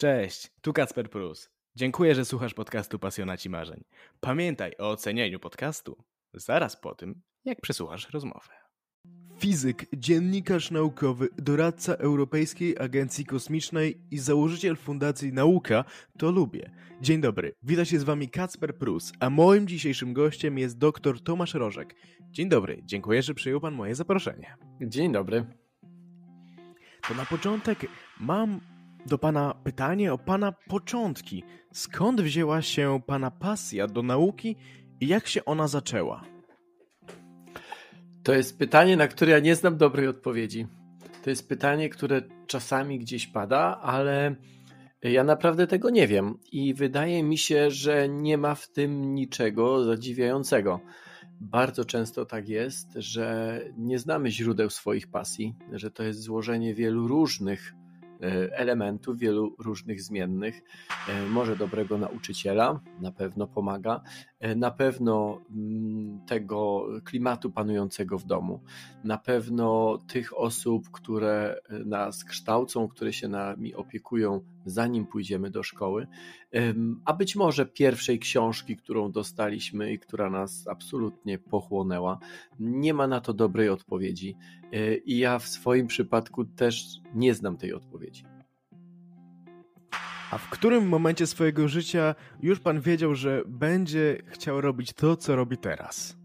Cześć, tu Kacper Prus. Dziękuję, że słuchasz podcastu Pasjonaci Marzeń. Pamiętaj o ocenieniu podcastu zaraz po tym, jak przesłuchasz rozmowę. Fizyk, dziennikarz naukowy, doradca Europejskiej Agencji Kosmicznej i założyciel Fundacji Nauka to lubię. Dzień dobry, wita się z wami Kacper Prus, a moim dzisiejszym gościem jest dr Tomasz Rożek. Dzień dobry, dziękuję, że przyjął pan moje zaproszenie. Dzień dobry. To na początek mam do pana pytanie o pana początki. Skąd wzięła się pana pasja do nauki i jak się ona zaczęła? To jest pytanie, na które ja nie znam dobrej odpowiedzi. To jest pytanie, które czasami gdzieś pada, ale ja naprawdę tego nie wiem i wydaje mi się, że nie ma w tym niczego zadziwiającego. Bardzo często tak jest, że nie znamy źródeł swoich pasji, że to jest złożenie wielu różnych elementów, wielu różnych zmiennych. Może dobrego nauczyciela, na pewno pomaga, na pewno tego klimatu panującego w domu, na pewno tych osób, które nas kształcą, które się nami opiekują, zanim pójdziemy do szkoły, a być może pierwszej książki, którą dostaliśmy i która nas absolutnie pochłonęła. Nie ma na to dobrej odpowiedzi i ja w swoim przypadku też nie znam tej odpowiedzi. A w którym momencie swojego życia już pan wiedział, że będzie chciał robić to, co robi teraz?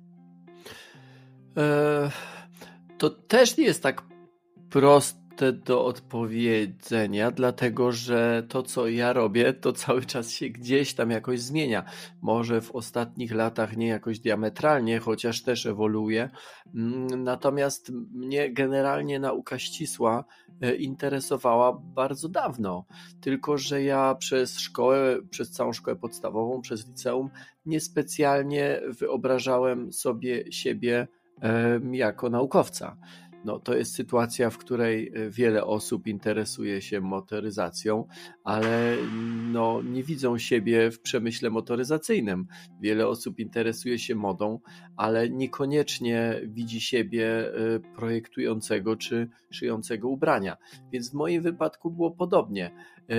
To też nie jest tak proste do odpowiedzenia, dlatego że to, co ja robię, to cały czas się gdzieś tam jakoś zmienia. Może w ostatnich latach nie jakoś diametralnie, chociaż też ewoluuje. Natomiast mnie generalnie nauka ścisła interesowała bardzo dawno. Tylko że ja przez szkołę, przez całą szkołę podstawową, przez liceum niespecjalnie wyobrażałem sobie siebie jako naukowca. No, to jest sytuacja, w której wiele osób interesuje się motoryzacją, ale nie widzą siebie w przemyśle motoryzacyjnym. Wiele osób interesuje się modą, ale niekoniecznie widzi siebie projektującego czy szyjącego ubrania. Więc w moim wypadku było podobnie.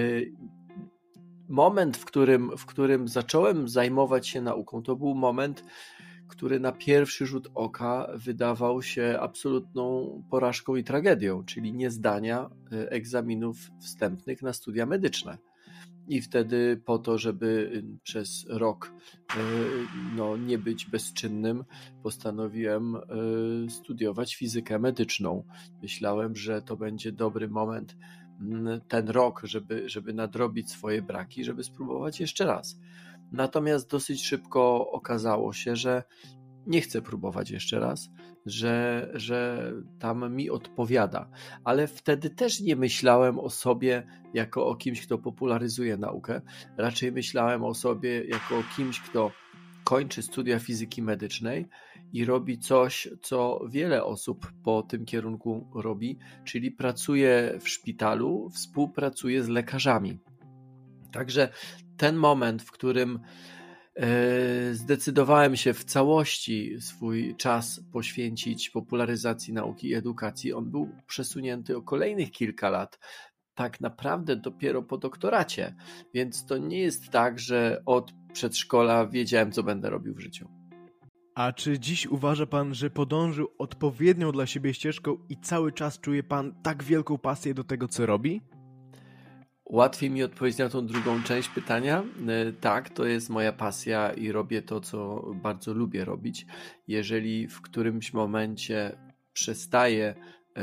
Moment, w którym zacząłem zajmować się nauką, to był moment, który na pierwszy rzut oka wydawał się absolutną porażką i tragedią, czyli niezdania egzaminów wstępnych na studia medyczne. I wtedy po to, żeby przez rok nie być bezczynnym, postanowiłem studiować fizykę medyczną. Myślałem, że to będzie dobry moment, ten rok, żeby nadrobić swoje braki, żeby spróbować jeszcze raz. Natomiast dosyć szybko okazało się, że nie chcę próbować jeszcze raz, że tam mi odpowiada. Ale wtedy też nie myślałem o sobie jako o kimś, kto popularyzuje naukę. Raczej myślałem o sobie jako o kimś, kto kończy studia fizyki medycznej i robi coś, co wiele osób po tym kierunku robi, czyli pracuje w szpitalu, współpracuje z lekarzami. Także ten moment, w którym zdecydowałem się w całości swój czas poświęcić popularyzacji nauki i edukacji, on był przesunięty o kolejnych kilka lat, tak naprawdę dopiero po doktoracie, więc to nie jest tak, że od przedszkola wiedziałem, co będę robił w życiu. A czy dziś uważa pan, że podążył odpowiednią dla siebie ścieżką i cały czas czuje pan tak wielką pasję do tego, co robi? Łatwiej mi odpowiedzieć na tą drugą część pytania. Tak, to jest moja pasja i robię to, co bardzo lubię robić. Jeżeli w którymś momencie przestaje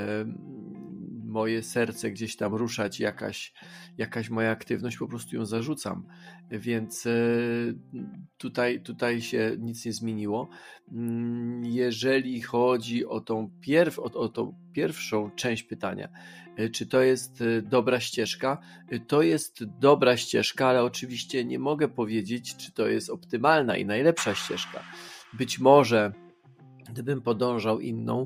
moje serce gdzieś tam ruszać, jakaś moja aktywność, po prostu ją zarzucam. Więc tutaj się nic nie zmieniło. Jeżeli chodzi o tą pierwszą część pytania, czy to jest dobra ścieżka? To jest dobra ścieżka, ale oczywiście nie mogę powiedzieć, czy to jest optymalna i najlepsza ścieżka. Być może gdybym podążał inną,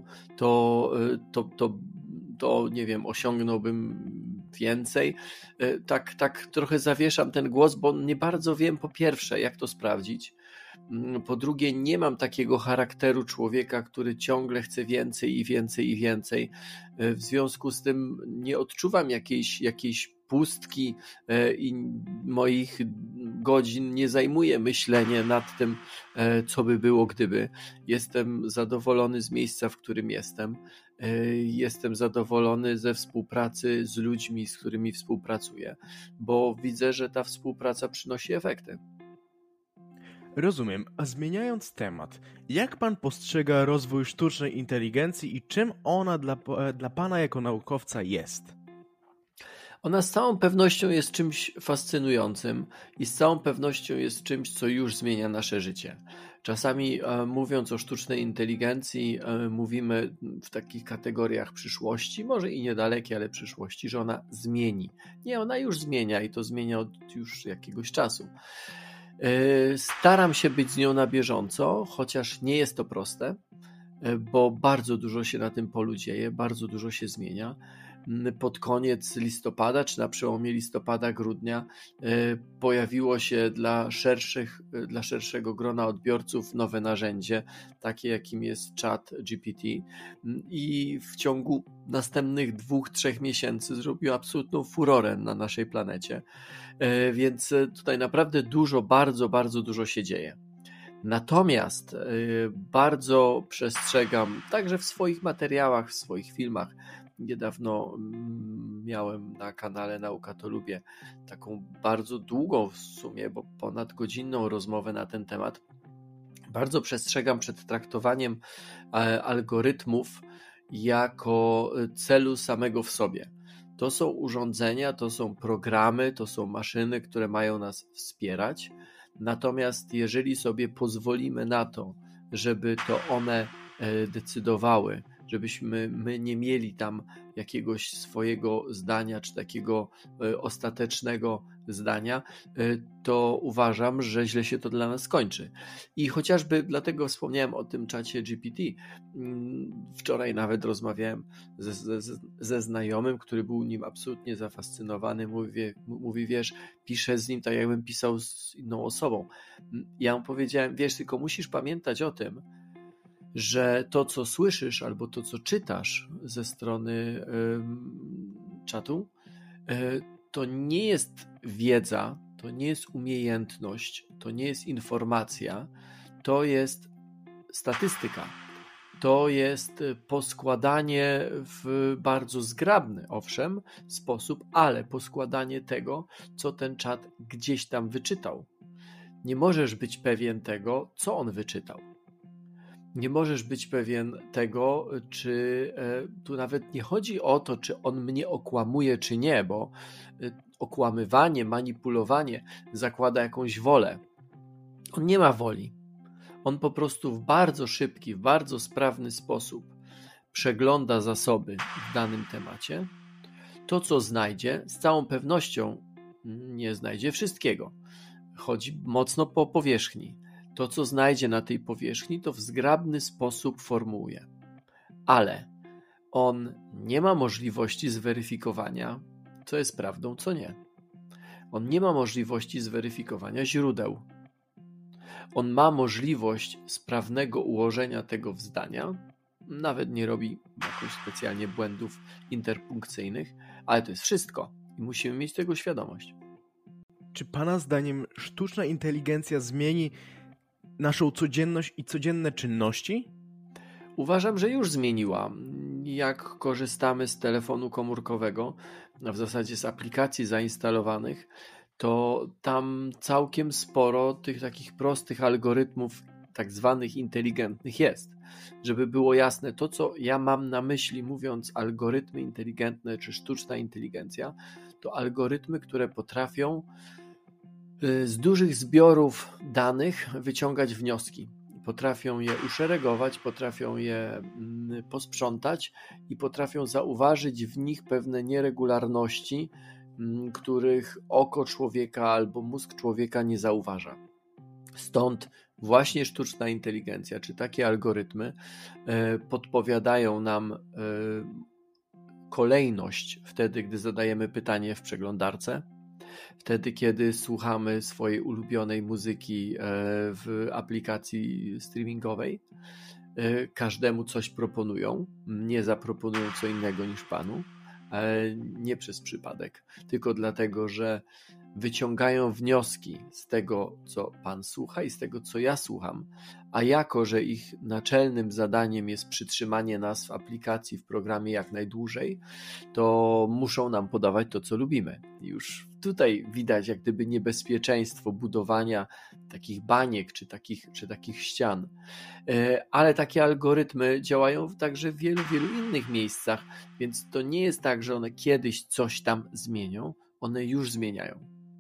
to nie wiem, osiągnąłbym więcej. Tak trochę zawieszam ten głos, bo nie bardzo wiem, po pierwsze, jak to sprawdzić. Po drugie, nie mam takiego charakteru człowieka, który ciągle chce więcej i więcej i więcej. W związku z tym nie odczuwam jakiejś pustki i moich godzin nie zajmuje myślenie nad tym, co by było gdyby. Jestem zadowolony z miejsca, w którym jestem. Jestem zadowolony ze współpracy z ludźmi, z którymi współpracuję, bo widzę, że ta współpraca przynosi efekty. Rozumiem, a zmieniając temat, jak pan postrzega rozwój sztucznej inteligencji i czym ona dla pana jako naukowca jest? Ona z całą pewnością jest czymś fascynującym i z całą pewnością jest czymś, co już zmienia nasze życie. Czasami mówiąc o sztucznej inteligencji, mówimy w takich kategoriach przyszłości, może i niedalekiej, ale przyszłości, że ona zmieni. Nie, ona już zmienia i to zmienia od już jakiegoś czasu. Staram się być z nią na bieżąco, chociaż nie jest to proste, bo bardzo dużo się na tym polu dzieje, bardzo dużo się zmienia. Pod koniec listopada, czy na przełomie listopada-grudnia pojawiło się dla szerszego grona odbiorców nowe narzędzie, takie jakim jest ChatGPT, i w ciągu następnych 2-3 miesięcy zrobił absolutną furorę na naszej planecie, więc tutaj naprawdę bardzo, bardzo dużo się dzieje. Natomiast bardzo przestrzegam, także w swoich materiałach, w swoich filmach. Niedawno miałem na kanale Nauka to Lubię taką bardzo długą w sumie, bo ponadgodzinną rozmowę na ten temat. Bardzo przestrzegam przed traktowaniem algorytmów jako celu samego w sobie. To są urządzenia, to są programy, to są maszyny, które mają nas wspierać. Natomiast jeżeli sobie pozwolimy na to, żeby to one decydowały, żebyśmy my nie mieli tam jakiegoś swojego zdania, czy takiego ostatecznego zdania, to uważam, że źle się to dla nas skończy. I chociażby dlatego wspomniałem o tym czacie GPT. Wczoraj nawet rozmawiałem ze znajomym, który był nim absolutnie zafascynowany. Mówi, wiesz, piszę z nim tak, jakbym pisał z inną osobą. Ja mu powiedziałem, wiesz, tylko musisz pamiętać o tym, że to, co słyszysz albo to, co czytasz ze strony czatu, to nie jest wiedza, to nie jest umiejętność, to nie jest informacja, to jest statystyka. To jest poskładanie w bardzo zgrabny, owszem, sposób, ale poskładanie tego, co ten czat gdzieś tam wyczytał. Nie możesz być pewien tego, co on wyczytał. Nie możesz być pewien tego, czy tu nawet nie chodzi o to, czy on mnie okłamuje, czy nie, bo okłamywanie, manipulowanie zakłada jakąś wolę. On nie ma woli. On po prostu w bardzo szybki, w bardzo sprawny sposób przegląda zasoby w danym temacie. To, co znajdzie, z całą pewnością nie znajdzie wszystkiego. Chodzi mocno po powierzchni. To, co znajdzie na tej powierzchni, to w zgrabny sposób formułuje. Ale on nie ma możliwości zweryfikowania, co jest prawdą, co nie. On nie ma możliwości zweryfikowania źródeł. On ma możliwość sprawnego ułożenia tego w zdania, nawet nie robi jakoś specjalnie błędów interpunkcyjnych, ale to jest wszystko i musimy mieć tego świadomość. Czy pana zdaniem sztuczna inteligencja zmieni naszą codzienność i codzienne czynności? Uważam, że już zmieniła. Jak korzystamy z telefonu komórkowego, a w zasadzie z aplikacji zainstalowanych, to tam całkiem sporo tych takich prostych algorytmów, tak zwanych inteligentnych jest. Żeby było jasne, to co ja mam na myśli mówiąc algorytmy inteligentne czy sztuczna inteligencja, to algorytmy, które potrafią z dużych zbiorów danych wyciągać wnioski. Potrafią je uszeregować, potrafią je posprzątać i potrafią zauważyć w nich pewne nieregularności, których oko człowieka albo mózg człowieka nie zauważa. Stąd właśnie sztuczna inteligencja, czy takie algorytmy podpowiadają nam kolejność wtedy, gdy zadajemy pytanie w przeglądarce, wtedy, kiedy słuchamy swojej ulubionej muzyki w aplikacji streamingowej. Każdemu coś proponują, nie zaproponują co innego niż panu, nie przez przypadek, tylko dlatego, że wyciągają wnioski z tego, co Pan słucha i z tego, co ja słucham, a jako, że ich naczelnym zadaniem jest przytrzymanie nas w aplikacji, w programie jak najdłużej, to muszą nam podawać to, co lubimy. Już tutaj widać jak gdyby niebezpieczeństwo budowania takich baniek czy takich ścian. Ale takie algorytmy działają także w wielu innych miejscach, więc to nie jest tak, że one kiedyś coś tam zmienią, one już zmieniają.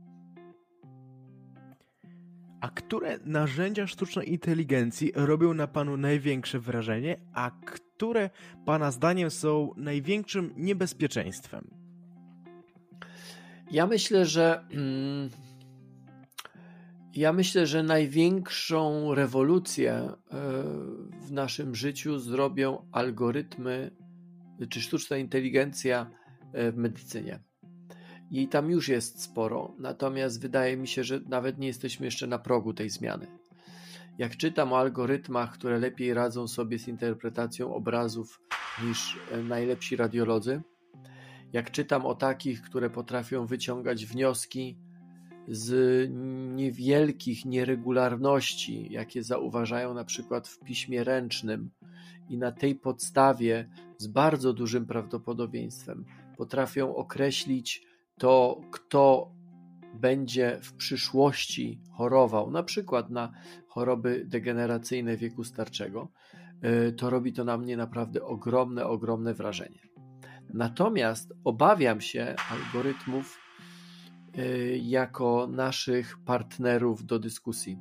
A które narzędzia sztucznej inteligencji robią na Panu największe wrażenie, a które Pana zdaniem są największym niebezpieczeństwem? Ja myślę, że największą rewolucję w naszym życiu zrobią algorytmy czy sztuczna inteligencja w medycynie. I tam już jest sporo, natomiast wydaje mi się, że nawet nie jesteśmy jeszcze na progu tej zmiany. Jak czytam o algorytmach, które lepiej radzą sobie z interpretacją obrazów niż najlepsi radiolodzy, jak czytam o takich, które potrafią wyciągać wnioski z niewielkich nieregularności, jakie zauważają na przykład w piśmie ręcznym i na tej podstawie z bardzo dużym prawdopodobieństwem potrafią określić to, kto będzie w przyszłości chorował, na przykład na choroby degeneracyjne wieku starczego, to robi to na mnie naprawdę ogromne wrażenie. Natomiast obawiam się algorytmów jako naszych partnerów do dyskusji,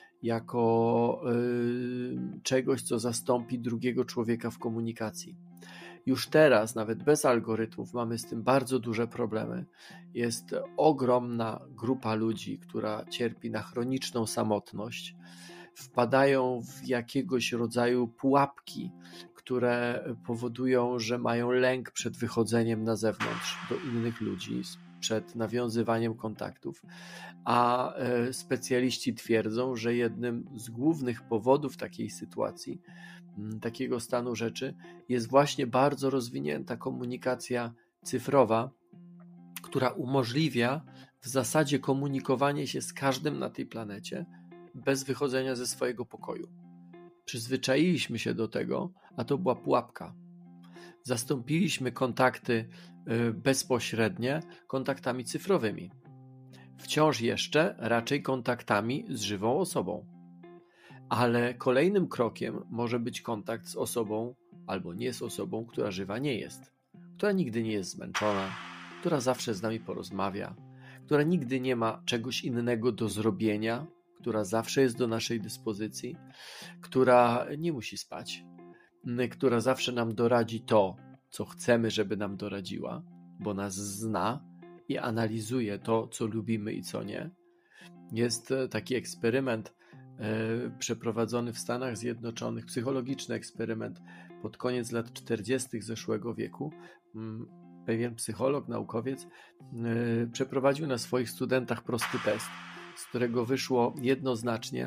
jako czegoś, co zastąpi drugiego człowieka w komunikacji. Już teraz, nawet bez algorytmów, mamy z tym bardzo duże problemy. Jest ogromna grupa ludzi, która cierpi na chroniczną samotność, wpadają w jakiegoś rodzaju pułapki, które powodują, że mają lęk przed wychodzeniem na zewnątrz do innych ludzi, przed nawiązywaniem kontaktów, a specjaliści twierdzą, że jednym z głównych powodów takiej sytuacji, takiego stanu rzeczy jest właśnie bardzo rozwinięta komunikacja cyfrowa, która umożliwia w zasadzie komunikowanie się z każdym na tej planecie bez wychodzenia ze swojego pokoju. Przyzwyczailiśmy się do tego, a to była pułapka. Zastąpiliśmy kontakty bezpośrednie kontaktami cyfrowymi. Wciąż jeszcze raczej kontaktami z żywą osobą. Ale kolejnym krokiem może być kontakt z osobą albo nie z osobą, która żywa nie jest, która nigdy nie jest zmęczona, która zawsze z nami porozmawia, która nigdy nie ma czegoś innego do zrobienia, która zawsze jest do naszej dyspozycji, która nie musi spać, która zawsze nam doradzi to, co chcemy, żeby nam doradziła, bo nas zna i analizuje to, co lubimy i co nie. Jest taki eksperyment przeprowadzony w Stanach Zjednoczonych, psychologiczny eksperyment pod koniec lat 40. zeszłego wieku. Pewien psycholog, naukowiec przeprowadził na swoich studentach prosty test, z którego wyszło jednoznacznie,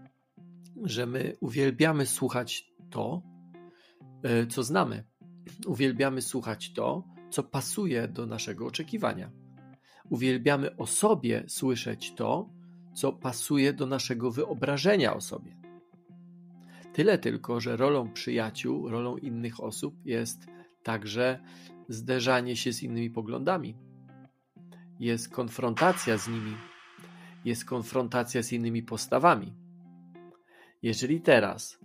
że my uwielbiamy słuchać to, co znamy. Uwielbiamy słuchać to, co pasuje do naszego oczekiwania. Uwielbiamy o sobie słyszeć to, co pasuje do naszego wyobrażenia o sobie. Tyle tylko, że rolą przyjaciół, rolą innych osób jest także zderzanie się z innymi poglądami. Jest konfrontacja z nimi. Jest konfrontacja z innymi postawami. Jeżeli teraz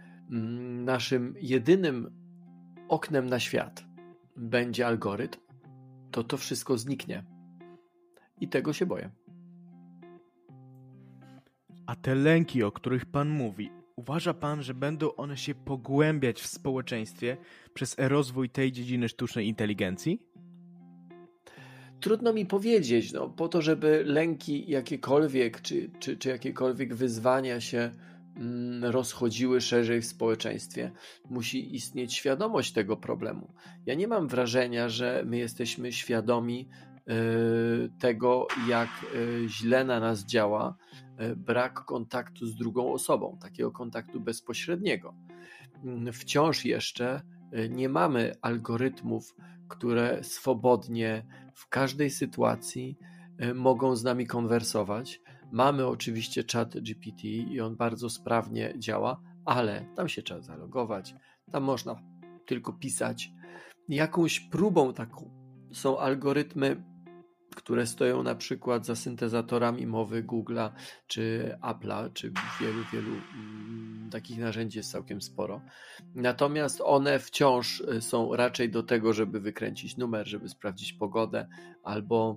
naszym jedynym oknem na świat będzie algorytm, to wszystko zniknie. I tego się boję. A te lęki, o których Pan mówi, uważa Pan, że będą one się pogłębiać w społeczeństwie przez rozwój tej dziedziny sztucznej inteligencji? Trudno mi powiedzieć, po to, żeby lęki jakiekolwiek, czy jakiekolwiek wyzwania się rozchodziły szerzej w społeczeństwie, musi istnieć świadomość tego problemu. Ja nie mam wrażenia, że my jesteśmy świadomi tego, jak źle na nas działa brak kontaktu z drugą osobą, takiego kontaktu bezpośredniego. Wciąż jeszcze nie mamy algorytmów, które swobodnie w każdej sytuacji mogą z nami konwersować. Mamy oczywiście ChatGPT i on bardzo sprawnie działa, ale tam się trzeba zalogować, tam można tylko pisać. Jakąś próbą taką są algorytmy, które stoją na przykład za syntezatorami mowy Google'a czy Apple'a, czy wielu takich narzędzi jest całkiem sporo. Natomiast one wciąż są raczej do tego, żeby wykręcić numer, żeby sprawdzić pogodę albo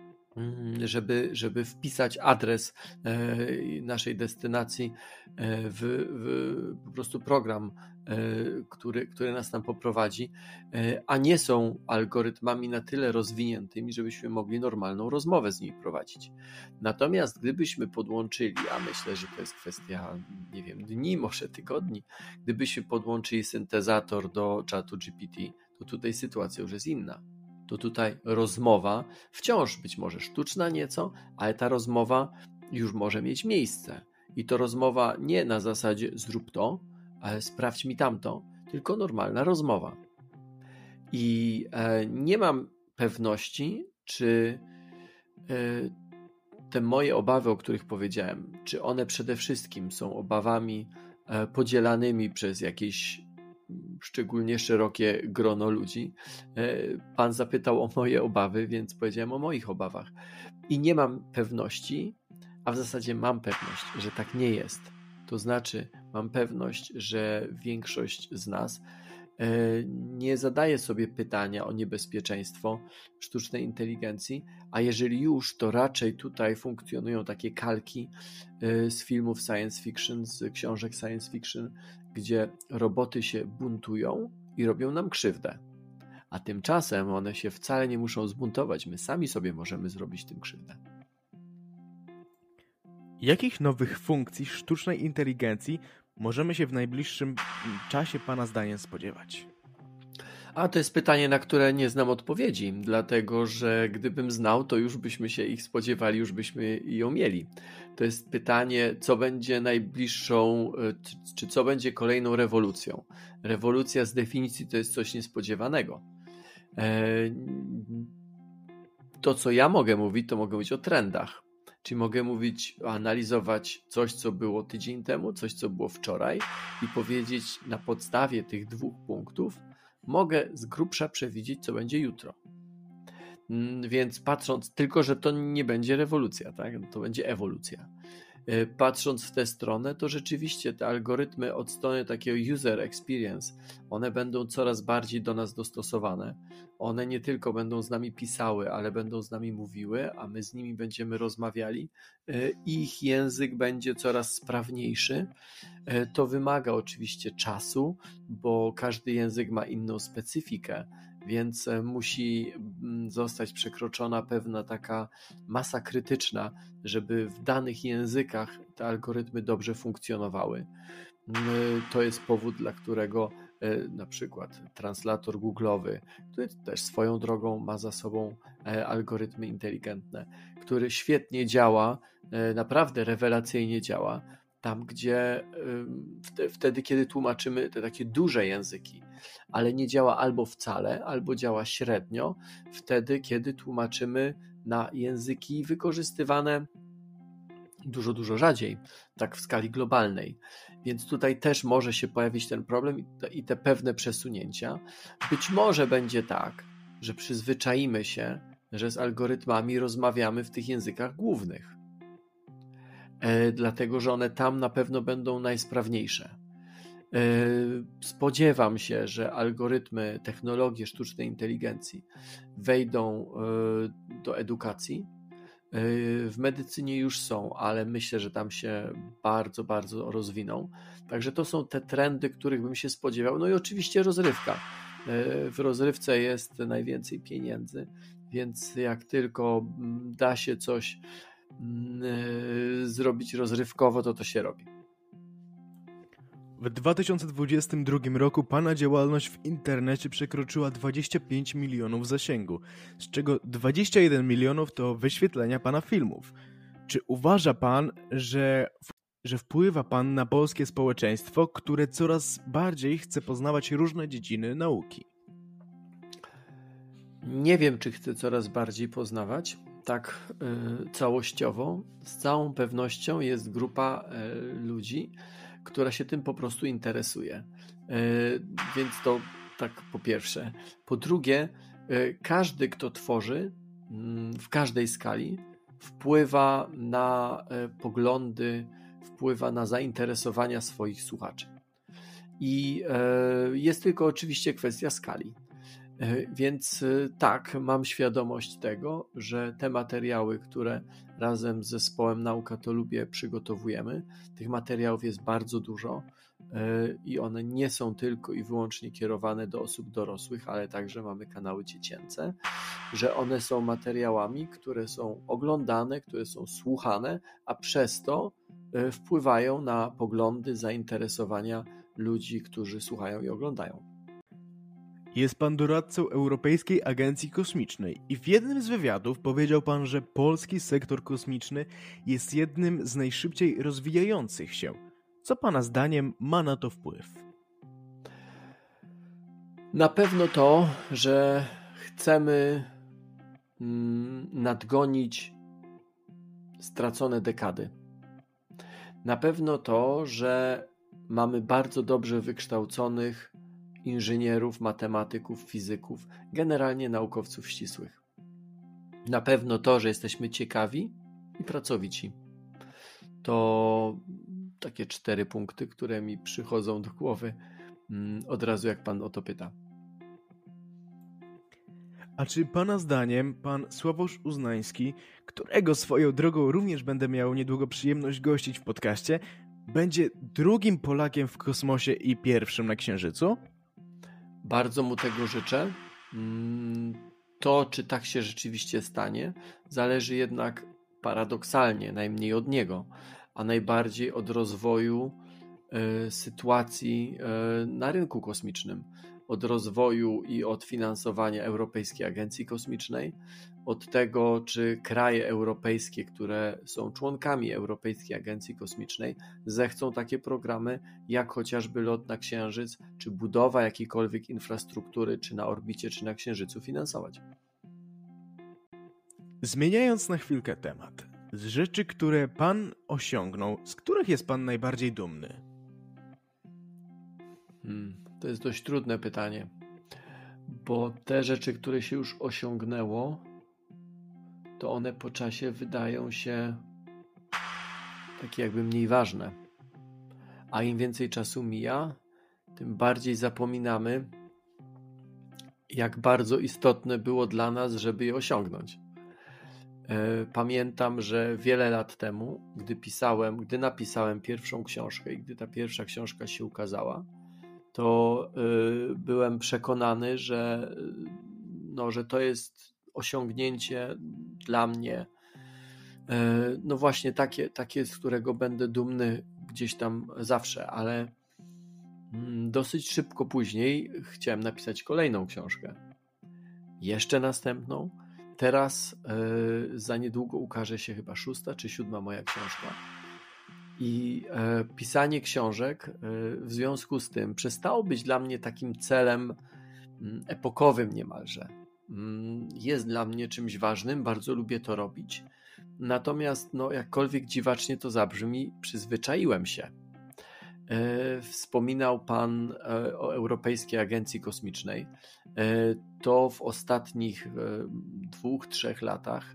żeby wpisać adres naszej destynacji w po prostu program, który nas tam poprowadzi, a nie są algorytmami na tyle rozwiniętymi, żebyśmy mogli normalną rozmowę z nimi prowadzić. Natomiast gdybyśmy podłączyli, a myślę, że to jest kwestia, nie wiem, dni, może tygodni, gdybyśmy podłączyli syntezator do czatu GPT, to tutaj sytuacja już jest inna. To tutaj rozmowa, wciąż być może sztuczna nieco, ale ta rozmowa już może mieć miejsce. I to rozmowa nie na zasadzie zrób to, ale sprawdź mi tamto, tylko normalna rozmowa. I nie mam pewności, czy te moje obawy, o których powiedziałem, czy one przede wszystkim są obawami podzielanymi przez jakieś szczególnie szerokie grono ludzi. Pan zapytał o moje obawy, więc powiedziałem o moich obawach. I nie mam pewności, a w zasadzie mam pewność, że tak nie jest. To znaczy, mam pewność, że większość z nas nie zadaje sobie pytania o niebezpieczeństwo sztucznej inteligencji, a jeżeli już, to raczej tutaj funkcjonują takie kalki z filmów science fiction, z książek science fiction, gdzie roboty się buntują i robią nam krzywdę. A tymczasem one się wcale nie muszą zbuntować. My sami sobie możemy zrobić tym krzywdę. Jakich nowych funkcji sztucznej inteligencji możemy się w najbliższym czasie Pana zdaniem spodziewać? A to jest pytanie, na które nie znam odpowiedzi, dlatego że gdybym znał, to już byśmy się ich spodziewali, już byśmy ją mieli. To jest pytanie, co będzie najbliższą, czy co będzie kolejną rewolucją. Rewolucja z definicji to jest coś niespodziewanego. To, co ja mogę mówić, to mogę mówić o trendach. Czyli mogę mówić, analizować coś, co było tydzień temu, coś, co było wczoraj i powiedzieć na podstawie tych 2 punktów, mogę z grubsza przewidzieć, co będzie jutro. Więc patrząc, tylko że to nie będzie rewolucja, tak? To będzie ewolucja. Patrząc w tę stronę, to rzeczywiście te algorytmy od strony takiego user experience, one będą coraz bardziej do nas dostosowane. One nie tylko będą z nami pisały, ale będą z nami mówiły, a my z nimi będziemy rozmawiali. Ich język będzie coraz sprawniejszy. To wymaga oczywiście czasu, bo każdy język ma inną specyfikę, więc musi zostać przekroczona pewna taka masa krytyczna, żeby w danych językach te algorytmy dobrze funkcjonowały. To jest powód, dla którego na przykład translator Google'owy, który też swoją drogą ma za sobą algorytmy inteligentne, który świetnie działa, naprawdę rewelacyjnie działa, tam gdzie wtedy, kiedy tłumaczymy te takie duże języki, ale nie działa albo wcale, albo działa średnio, wtedy, kiedy tłumaczymy na języki wykorzystywane dużo rzadziej, tak w skali globalnej. Więc tutaj też może się pojawić ten problem i te pewne przesunięcia. Być może będzie tak, że przyzwyczaimy się, że z algorytmami rozmawiamy w tych językach głównych. Dlatego, że one tam na pewno będą najsprawniejsze. Spodziewam się, że algorytmy, technologie sztucznej inteligencji wejdą do edukacji. W medycynie już są, ale myślę, że tam się bardzo rozwiną. Także to są te trendy, których bym się spodziewał. No i oczywiście rozrywka. W rozrywce jest najwięcej pieniędzy, więc jak tylko da się coś zrobić rozrywkowo, to się robi. W 2022 roku Pana działalność w internecie przekroczyła 25 milionów zasięgu, z czego 21 milionów to wyświetlenia Pana filmów. Czy uważa Pan, że wpływa Pan na polskie społeczeństwo, które coraz bardziej chce poznawać różne dziedziny nauki? Nie wiem, czy chcę coraz bardziej poznawać, tak całościowo. Z całą pewnością jest grupa ludzi, która się tym po prostu interesuje. Więc to tak po pierwsze. Po drugie, każdy, kto tworzy w każdej skali, wpływa na poglądy, wpływa na zainteresowania swoich słuchaczy. I jest tylko oczywiście kwestia skali. Więc tak, mam świadomość tego, że te materiały, które razem z zespołem Nauka to Lubię przygotowujemy, tych materiałów jest bardzo dużo i one nie są tylko i wyłącznie kierowane do osób dorosłych, ale także mamy kanały dziecięce, że one są materiałami, które są oglądane, które są słuchane, a przez to wpływają na poglądy, zainteresowania ludzi, którzy słuchają i oglądają. Jest pan doradcą Europejskiej Agencji Kosmicznej i w jednym z wywiadów powiedział pan, że polski sektor kosmiczny jest jednym z najszybciej rozwijających się. Co pana zdaniem ma na to wpływ? Na pewno to, że chcemy nadgonić stracone dekady. Na pewno to, że mamy bardzo dobrze wykształconych inżynierów, matematyków, fizyków, generalnie naukowców ścisłych. Na pewno to, że jesteśmy ciekawi i pracowici. To takie 4 punkty, które mi przychodzą do głowy od razu, jak pan o to pyta. A czy pana zdaniem pan Sławosz Uznański, którego swoją drogą również będę miał niedługo przyjemność gościć w podcaście, będzie drugim Polakiem w kosmosie i pierwszym na Księżycu? Bardzo mu tego życzę. To, czy tak się rzeczywiście stanie, zależy jednak paradoksalnie najmniej od niego, a najbardziej od rozwoju sytuacji na rynku kosmicznym, od rozwoju i od finansowania Europejskiej Agencji Kosmicznej, od tego, czy kraje europejskie, które są członkami Europejskiej Agencji Kosmicznej, zechcą takie programy, jak chociażby lot na Księżyc, czy budowa jakiejkolwiek infrastruktury, czy na orbicie, czy na Księżycu finansować. Zmieniając na chwilkę temat, z rzeczy, które pan osiągnął, z których jest pan najbardziej dumny? To jest dość trudne pytanie, bo te rzeczy, które się już osiągnęło, to one po czasie wydają się takie jakby mniej ważne. A im więcej czasu mija, tym bardziej zapominamy, jak bardzo istotne było dla nas, żeby je osiągnąć. Pamiętam, że wiele lat temu, gdy napisałem pierwszą książkę i gdy ta pierwsza książka się ukazała, to byłem przekonany, że to jest osiągnięcie dla mnie, no właśnie takie, z którego będę dumny gdzieś tam zawsze, ale dosyć szybko później chciałem napisać kolejną książkę, jeszcze następną. Teraz za niedługo ukaże się chyba 6. czy 7. moja książka. I pisanie książek w związku z tym przestało być dla mnie takim celem epokowym niemalże. Jest dla mnie czymś ważnym, bardzo lubię to robić. Natomiast jakkolwiek dziwacznie to zabrzmi, przyzwyczaiłem się. Wspominał pan o Europejskiej Agencji Kosmicznej. To w ostatnich 2-3 latach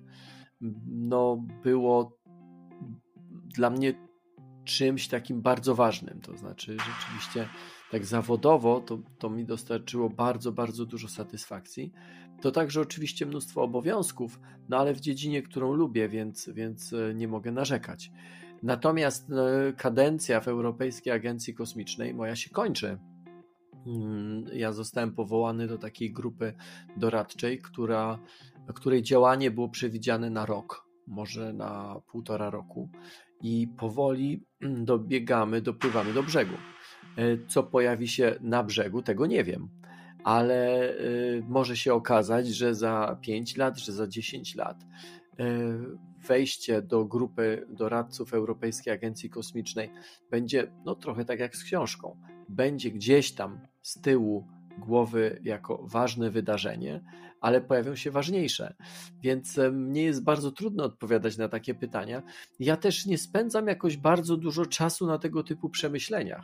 było dla mnie czymś takim bardzo ważnym. To znaczy rzeczywiście tak zawodowo to mi dostarczyło bardzo, bardzo dużo satysfakcji. To także oczywiście mnóstwo obowiązków, ale w dziedzinie, którą lubię, więc nie mogę narzekać. Natomiast kadencja w Europejskiej Agencji Kosmicznej moja się kończy. Ja zostałem powołany do takiej grupy doradczej, której działanie było przewidziane na rok, może na 1,5 roku i powoli dopływamy do brzegu. Co pojawi się na brzegu, tego nie wiem, ale może się okazać, że za 5 lat, że za 10 lat wejście do grupy doradców Europejskiej Agencji Kosmicznej będzie trochę tak jak z książką. Będzie gdzieś tam z tyłu głowy jako ważne wydarzenie, ale pojawią się ważniejsze. Więc mnie jest bardzo trudno odpowiadać na takie pytania. Ja też nie spędzam jakoś bardzo dużo czasu na tego typu przemyśleniach.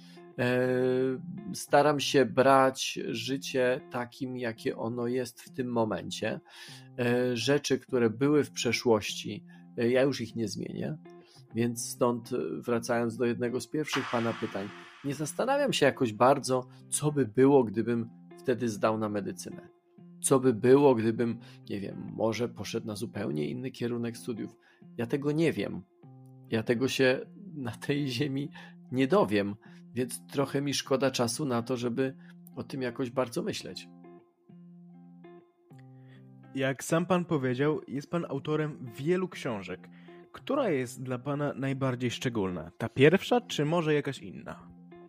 Staram się brać życie takim, jakie ono jest w tym momencie. Rzeczy, które były w przeszłości, ja już ich nie zmienię. Więc stąd, wracając do jednego z pierwszych Pana pytań, nie zastanawiam się jakoś bardzo, co by było, gdybym wtedy zdał na medycynę. Co by było, gdybym, nie wiem, może poszedł na zupełnie inny kierunek studiów. Ja tego nie wiem. Ja tego się na tej ziemi nie dowiem, więc trochę mi szkoda czasu na to, żeby o tym jakoś bardzo myśleć. Jak sam pan powiedział, jest pan autorem wielu książek. Która jest dla pana najbardziej szczególna? Ta pierwsza, czy może jakaś inna?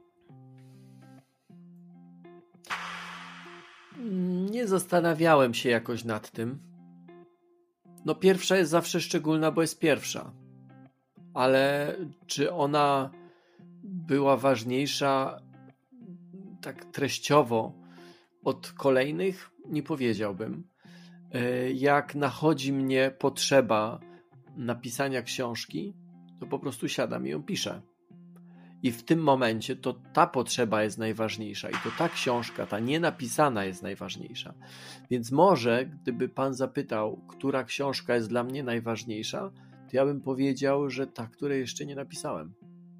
Nie zastanawiałem się jakoś nad tym. No pierwsza jest zawsze szczególna, bo jest pierwsza. Ale czy ona była ważniejsza tak treściowo od kolejnych? Nie powiedziałbym. Jak nachodzi mnie potrzeba napisania książki, to po prostu siadam i ją piszę. I w tym momencie to ta potrzeba jest najważniejsza i to ta książka, ta nienapisana jest najważniejsza. Więc może, gdyby pan zapytał, która książka jest dla mnie najważniejsza, to ja bym powiedział, że ta, której jeszcze nie napisałem.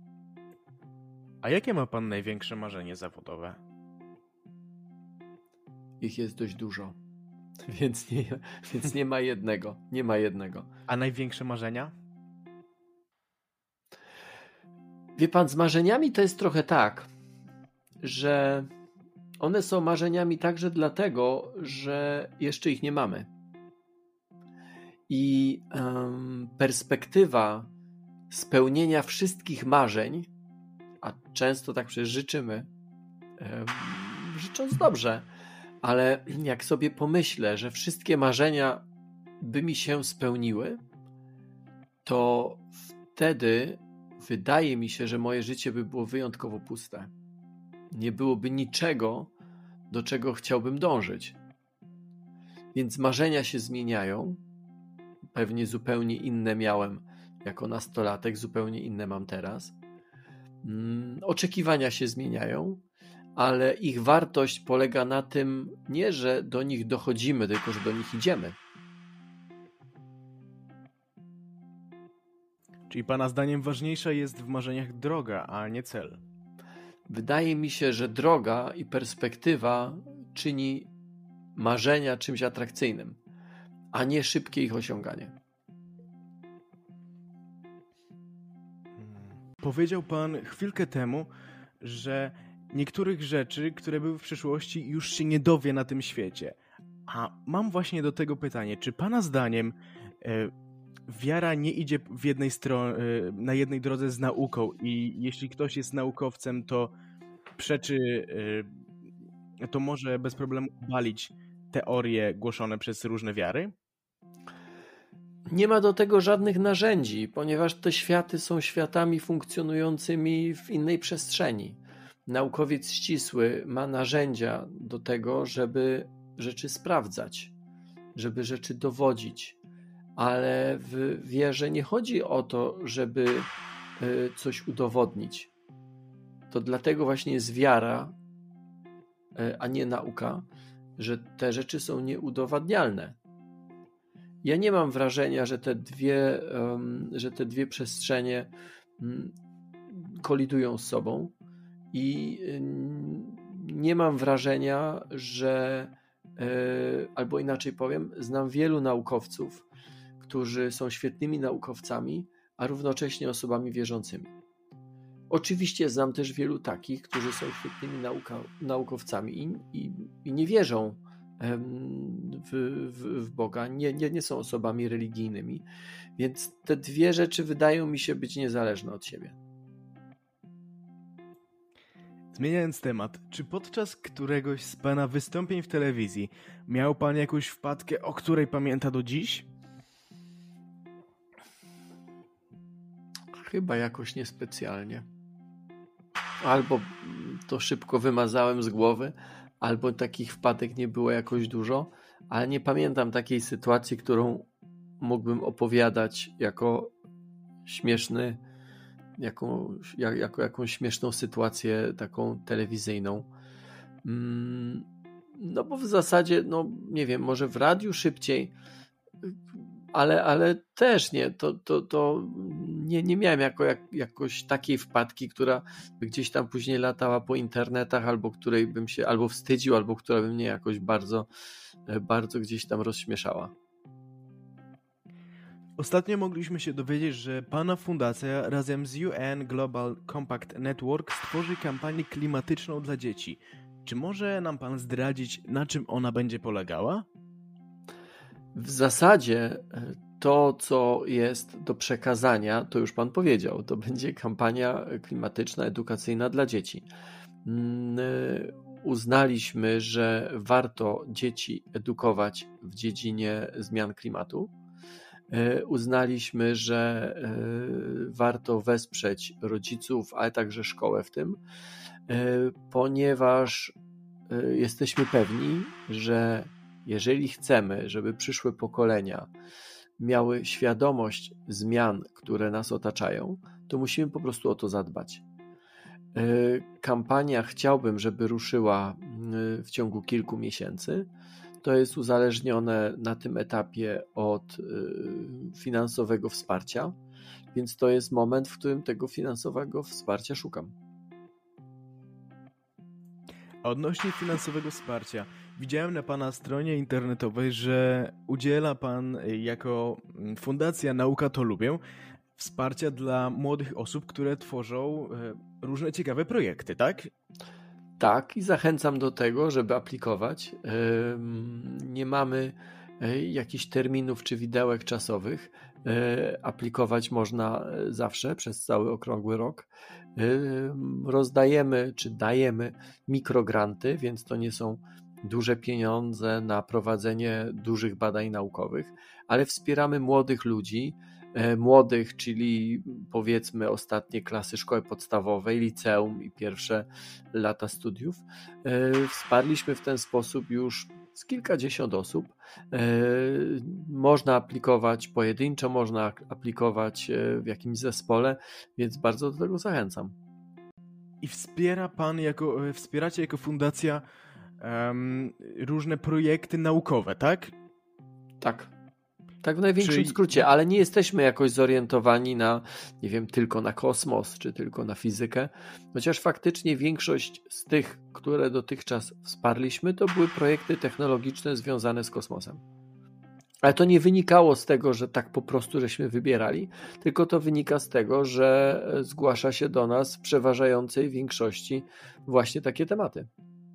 A jakie ma pan największe marzenie zawodowe? Ich jest dość dużo, więc nie ma jednego. Nie ma jednego. A największe marzenia? Wie pan, z marzeniami to jest trochę tak, że one są marzeniami także dlatego, że jeszcze ich nie mamy. I perspektywa spełnienia wszystkich marzeń, a często tak przecież życzymy, życząc dobrze, ale jak sobie pomyślę, że wszystkie marzenia by mi się spełniły, to wtedy wydaje mi się, że moje życie by było wyjątkowo puste. Nie byłoby niczego, do czego chciałbym dążyć. Więc marzenia się zmieniają. Pewnie zupełnie inne miałem jako nastolatek, zupełnie inne mam teraz. Oczekiwania się zmieniają, ale ich wartość polega na tym nie, że do nich dochodzimy, tylko że do nich idziemy. Czyli pana zdaniem ważniejsza jest w marzeniach droga, a nie cel? Wydaje mi się, że droga i perspektywa czyni marzenia czymś atrakcyjnym, a nie szybkie ich osiąganie. Powiedział pan chwilkę temu, że niektórych rzeczy, które były w przeszłości, już się nie dowie na tym świecie. A mam właśnie do tego pytanie, czy pana zdaniem wiara nie idzie na jednej drodze z nauką i jeśli ktoś jest naukowcem, to przeczy, to może bez problemu obalić teorie głoszone przez różne wiary? Nie ma do tego żadnych narzędzi, ponieważ te światy są światami funkcjonującymi w innej przestrzeni. Naukowiec ścisły ma narzędzia do tego, żeby rzeczy sprawdzać, żeby rzeczy dowodzić, ale w wierze nie chodzi o to, żeby coś udowodnić. To dlatego właśnie jest wiara, a nie nauka, że te rzeczy są nieudowadnialne. Ja nie mam wrażenia, że te dwie przestrzenie kolidują z sobą i nie mam wrażenia, że, albo inaczej powiem, znam wielu naukowców, którzy są świetnymi naukowcami, a równocześnie osobami wierzącymi. Oczywiście znam też wielu takich, którzy są świetnymi naukowcami i nie wierzą w Boga, nie są osobami religijnymi, więc te dwie rzeczy wydają mi się być niezależne od siebie. Zmieniając temat, czy podczas któregoś z pana wystąpień w telewizji miał pan jakąś wpadkę, o której pamięta do dziś? Chyba jakoś niespecjalnie. Albo to szybko wymazałem z głowy, albo takich wpadek nie było jakoś dużo, ale nie pamiętam takiej sytuacji, którą mógłbym opowiadać jako śmieszny, jako jakąś śmieszną sytuację taką telewizyjną. No bo w zasadzie, no nie wiem, może w radiu szybciej, ale też nie, to nie miałem jakoś takiej wpadki, która by gdzieś tam później latała po internetach, albo której bym się albo wstydził, albo która by mnie jakoś bardzo, bardzo gdzieś tam rozśmieszała. Ostatnio mogliśmy się dowiedzieć, że pana fundacja razem z UN Global Compact Network stworzy kampanię klimatyczną dla dzieci. Czy może nam pan zdradzić, na czym ona będzie polegała? W zasadzie to, co jest do przekazania, to już pan powiedział, to będzie kampania klimatyczna, edukacyjna dla dzieci. Uznaliśmy, że warto dzieci edukować w dziedzinie zmian klimatu. Uznaliśmy, że warto wesprzeć rodziców, ale także szkołę w tym, ponieważ jesteśmy pewni, że jeżeli chcemy, żeby przyszłe pokolenia miały świadomość zmian, które nas otaczają, to musimy po prostu o to zadbać. Kampania chciałbym, żeby ruszyła w ciągu kilku miesięcy. To jest uzależnione na tym etapie od finansowego wsparcia, więc to jest moment, w którym tego finansowego wsparcia szukam. Odnośnie finansowego wsparcia, widziałem na pana stronie internetowej, że udziela pan jako Fundacja Nauka to Lubię wsparcia dla młodych osób, które tworzą różne ciekawe projekty, tak? Tak, i zachęcam do tego, żeby aplikować. Nie mamy jakichś terminów czy widełek czasowych. Aplikować można zawsze przez cały okrągły rok. Rozdajemy czy dajemy mikrogranty, więc to nie są duże pieniądze na prowadzenie dużych badań naukowych, ale wspieramy młodych ludzi, czyli powiedzmy ostatnie klasy szkoły podstawowej, liceum i pierwsze lata studiów. Wsparliśmy w ten sposób już z kilkadziesiąt osób. Można aplikować pojedynczo, można aplikować w jakimś zespole, więc bardzo do tego zachęcam. I wspieracie jako fundacja różne projekty naukowe, tak? Tak. Tak w największym skrócie, ale nie jesteśmy jakoś zorientowani na, nie wiem, tylko na kosmos, czy tylko na fizykę, chociaż faktycznie większość z tych, które dotychczas wsparliśmy, to były projekty technologiczne związane z kosmosem. Ale to nie wynikało z tego, że tak po prostu żeśmy wybierali, tylko to wynika z tego, że zgłasza się do nas w przeważającej większości właśnie takie tematy.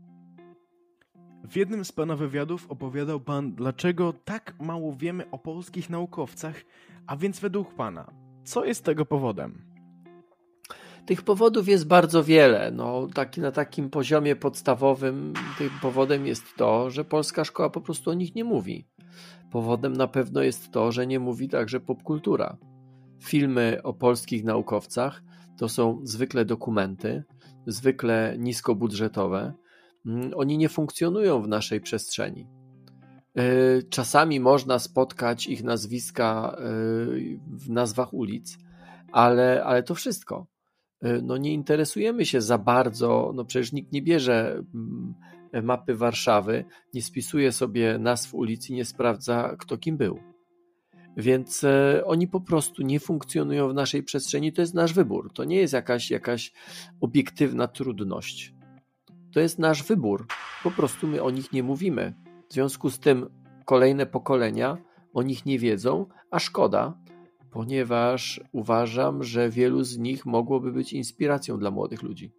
W jednym z pana wywiadów opowiadał pan, dlaczego tak mało wiemy o polskich naukowcach, a więc według pana, co jest tego powodem? Tych powodów jest bardzo wiele. Na takim poziomie podstawowym tym powodem jest to, że polska szkoła po prostu o nich nie mówi. Powodem na pewno jest to, że nie mówi także popkultura. Filmy o polskich naukowcach to są zwykle dokumenty, zwykle niskobudżetowe. Oni nie funkcjonują w naszej przestrzeni. Czasami można spotkać ich nazwiska w nazwach ulic, ale to wszystko. Nie interesujemy się za bardzo, przecież nikt nie bierze mapy Warszawy, nie spisuje sobie nazw ulic i nie sprawdza, kto kim był. Więc oni po prostu nie funkcjonują w naszej przestrzeni, to jest nasz wybór, to nie jest jakaś obiektywna trudność. To jest nasz wybór, po prostu my o nich nie mówimy. W związku z tym kolejne pokolenia o nich nie wiedzą, a szkoda, ponieważ uważam, że wielu z nich mogłoby być inspiracją dla młodych ludzi.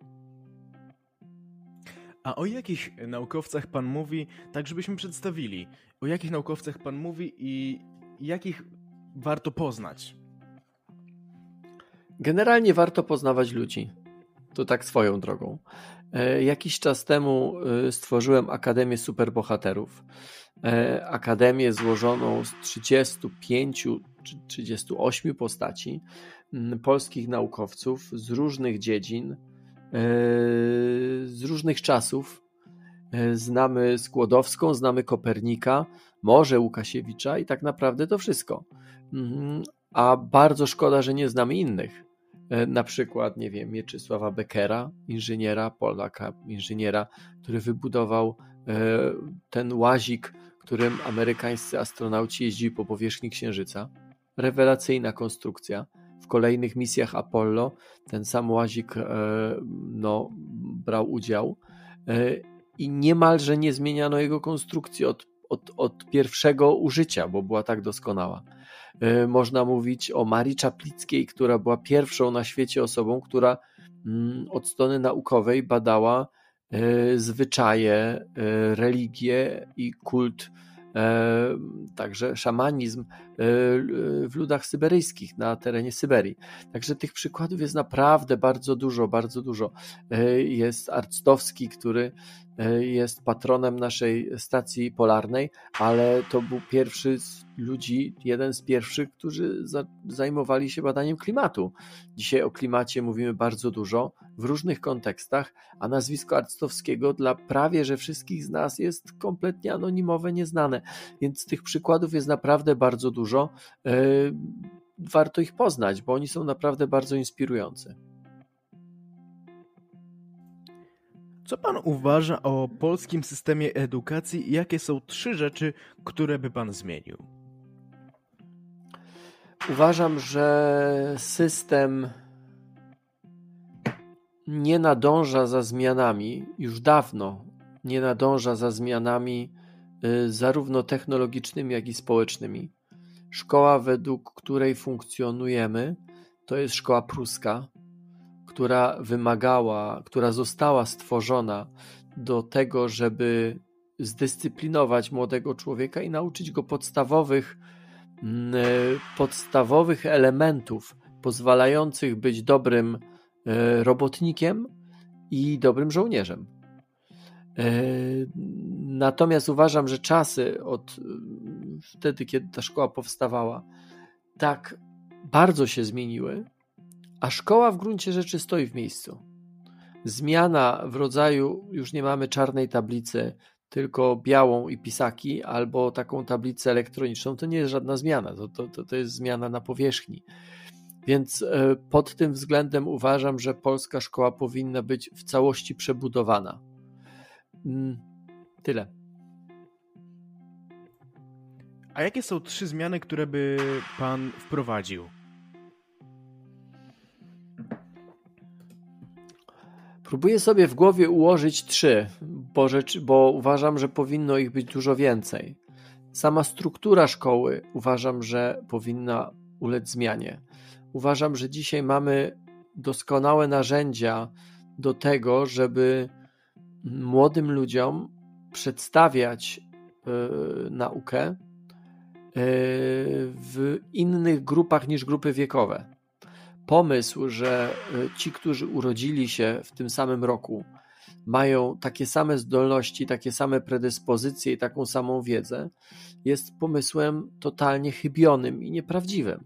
A o jakich naukowcach pan mówi, tak żebyśmy przedstawili, o jakich naukowcach pan mówi i jakich warto poznać? Generalnie warto poznawać ludzi. To tak swoją drogą. Jakiś czas temu stworzyłem Akademię Superbohaterów. Akademię złożoną z 35 czy 38 postaci polskich naukowców z różnych dziedzin, z różnych czasów znamy Skłodowską, znamy Kopernika, może Łukasiewicza i tak naprawdę to wszystko. A bardzo szkoda, że nie znamy innych. Na przykład, nie wiem, Mieczysława Beckera, inżyniera, Polaka, inżyniera, który wybudował ten łazik, którym amerykańscy astronauci jeździli po powierzchni Księżyca. Rewelacyjna konstrukcja. W kolejnych misjach Apollo ten sam łazik brał udział i niemalże nie zmieniano jego konstrukcji od pierwszego użycia, bo była tak doskonała. Można mówić o Marii Czaplickiej, która była pierwszą na świecie osobą, która od strony naukowej badała zwyczaje, religię i kult, także szamanizm w ludach syberyjskich na terenie Syberii. Także tych przykładów jest naprawdę bardzo dużo, bardzo dużo. Jest Arctowski, który jest patronem naszej stacji polarnej, ale to był pierwszy z ludzi, jeden z pierwszych, którzy zajmowali się badaniem klimatu. Dzisiaj o klimacie mówimy bardzo dużo w różnych kontekstach, a nazwisko Arctowskiego dla prawie że wszystkich z nas jest kompletnie anonimowe, nieznane, więc tych przykładów jest naprawdę bardzo dużo. Warto ich poznać, bo oni są naprawdę bardzo inspirujący. Co pan uważa o polskim systemie edukacji i jakie są 3 rzeczy, które by pan zmienił? Uważam, że system nie nadąża za zmianami, już dawno nie nadąża za zmianami zarówno technologicznymi, jak i społecznymi. Szkoła, według której funkcjonujemy, to jest szkoła pruska, która została stworzona do tego, żeby zdyscyplinować młodego człowieka i nauczyć go podstawowych elementów pozwalających być dobrym robotnikiem i dobrym żołnierzem. Natomiast uważam, że czasy od wtedy, kiedy ta szkoła powstawała, tak bardzo się zmieniły, a szkoła w gruncie rzeczy stoi w miejscu. Zmiana w rodzaju, już nie mamy czarnej tablicy, tylko białą i pisaki, albo taką tablicę elektroniczną, to nie jest żadna zmiana, to jest zmiana na powierzchni. Więc pod tym względem uważam, że polska szkoła powinna być w całości przebudowana. Tyle. A jakie są 3 zmiany, które by pan wprowadził? Próbuję sobie w głowie ułożyć 3, bo uważam, że powinno ich być dużo więcej. Sama struktura szkoły uważam, że powinna ulec zmianie. Uważam, że dzisiaj mamy doskonałe narzędzia do tego, żeby młodym ludziom przedstawiać naukę w innych grupach niż grupy wiekowe. Pomysł, że ci, którzy urodzili się w tym samym roku, mają takie same zdolności, takie same predyspozycje i taką samą wiedzę, jest pomysłem totalnie chybionym i nieprawdziwym.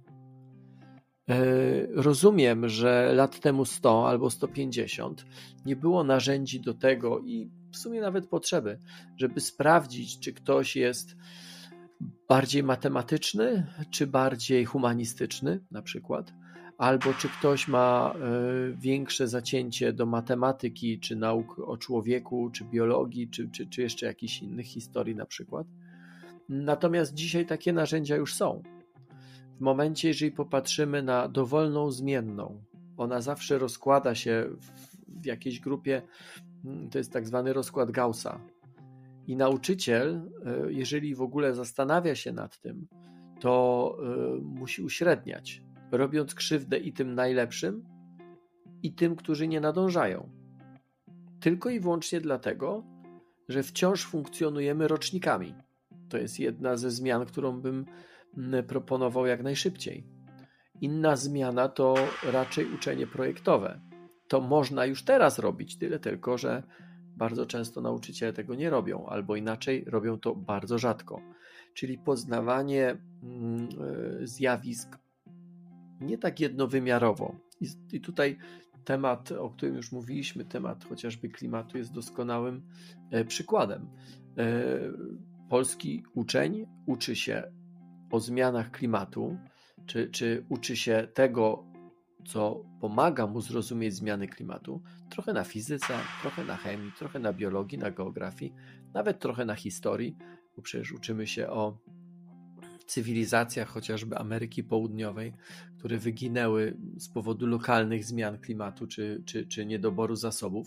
Rozumiem, że lat temu 100 albo 150 nie było narzędzi do tego i w sumie nawet potrzeby, żeby sprawdzić, czy ktoś jest bardziej matematyczny, czy bardziej humanistyczny na przykład, albo czy ktoś ma większe zacięcie do matematyki, czy nauk o człowieku, czy biologii, czy jeszcze jakichś innych historii na przykład. Natomiast dzisiaj takie narzędzia już są. W momencie, jeżeli popatrzymy na dowolną zmienną, ona zawsze rozkłada się w jakiejś grupie, to jest tak zwany rozkład Gaussa. I nauczyciel, jeżeli w ogóle zastanawia się nad tym, to musi uśredniać, robiąc krzywdę i tym najlepszym, i tym, którzy nie nadążają. Tylko i wyłącznie dlatego, że wciąż funkcjonujemy rocznikami. To jest jedna ze zmian, którą bym proponował jak najszybciej. Inna zmiana to raczej uczenie projektowe. To można już teraz robić, tyle tylko, że bardzo często nauczyciele tego nie robią, albo inaczej robią to bardzo rzadko. Czyli poznawanie zjawisk nie tak jednowymiarowo. I tutaj temat, o którym już mówiliśmy, temat chociażby klimatu jest doskonałym przykładem. Polski uczeń uczy się o zmianach klimatu, czy uczy się tego, co pomaga mu zrozumieć zmiany klimatu, trochę na fizyce, trochę na chemii, trochę na biologii, na geografii, nawet trochę na historii, bo przecież uczymy się o cywilizacjach chociażby Ameryki Południowej, które wyginęły z powodu lokalnych zmian klimatu czy niedoboru zasobów,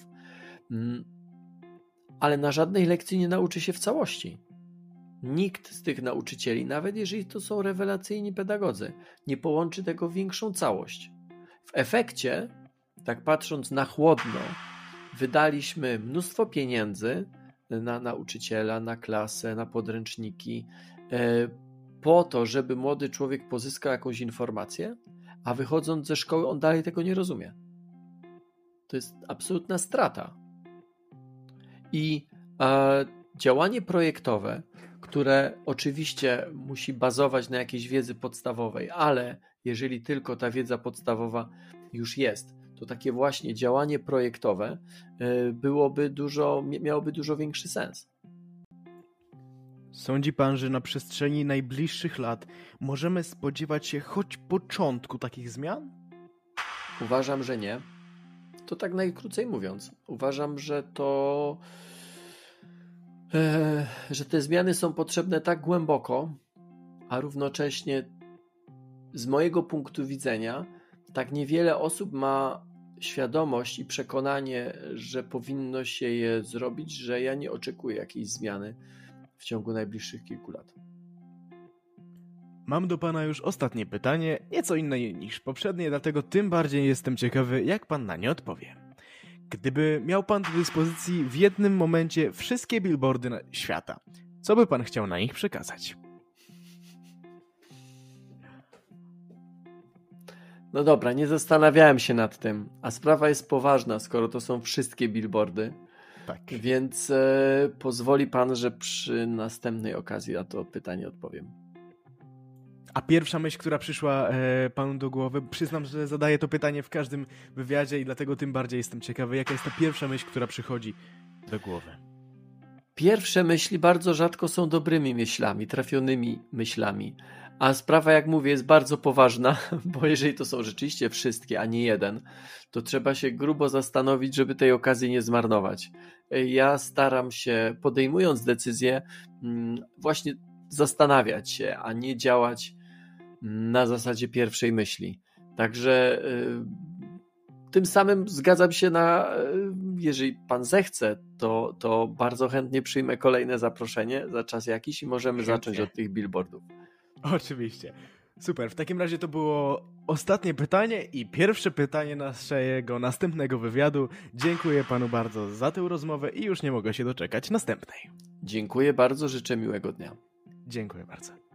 ale na żadnej lekcji nie nauczy się w całości. Nikt z tych nauczycieli, nawet jeżeli to są rewelacyjni pedagodzy, nie połączy tego w większą całość. W efekcie, tak patrząc na chłodno, wydaliśmy mnóstwo pieniędzy na nauczyciela, na klasę, na podręczniki, po to, żeby młody człowiek pozyskał jakąś informację, a wychodząc ze szkoły on dalej tego nie rozumie. To jest absolutna strata. I działanie projektowe, które oczywiście musi bazować na jakiejś wiedzy podstawowej, ale jeżeli tylko ta wiedza podstawowa już jest, to takie właśnie działanie projektowe miałoby dużo większy sens. Sądzi pan, że na przestrzeni najbliższych lat możemy spodziewać się choć początku takich zmian? Uważam, że nie. To tak najkrócej mówiąc. Uważam, że te zmiany są potrzebne tak głęboko, a równocześnie z mojego punktu widzenia tak niewiele osób ma świadomość i przekonanie, że powinno się je zrobić, że ja nie oczekuję jakiejś zmiany w ciągu najbliższych kilku lat. Mam do pana już ostatnie pytanie, nieco inne niż poprzednie, dlatego tym bardziej jestem ciekawy, jak pan na nie odpowie. Gdyby miał pan do dyspozycji w jednym momencie wszystkie billboardy świata, co by pan chciał na nich przekazać? No dobra, nie zastanawiałem się nad tym, a sprawa jest poważna, skoro to są wszystkie billboardy. Tak. Więc pozwoli pan, że przy następnej okazji na to pytanie odpowiem. A pierwsza myśl, która przyszła panu do głowy, przyznam, że zadaję to pytanie w każdym wywiadzie i dlatego tym bardziej jestem ciekawy, jaka jest ta pierwsza myśl, która przychodzi do głowy. Pierwsze myśli bardzo rzadko są dobrymi myślami, trafionymi myślami, a sprawa, jak mówię, jest bardzo poważna, bo jeżeli to są rzeczywiście wszystkie, a nie jeden, to trzeba się grubo zastanowić, żeby tej okazji nie zmarnować. Ja staram się, podejmując decyzję, właśnie zastanawiać się, a nie działać na zasadzie pierwszej myśli. Także tym samym zgadzam się jeżeli pan zechce, to bardzo chętnie przyjmę kolejne zaproszenie za czas jakiś i możemy zacząć od tych billboardów. Oczywiście. Super, w takim razie to było ostatnie pytanie i pierwsze pytanie naszego następnego wywiadu. Dziękuję panu bardzo za tę rozmowę i już nie mogę się doczekać następnej. Dziękuję bardzo, życzę miłego dnia. Dziękuję bardzo.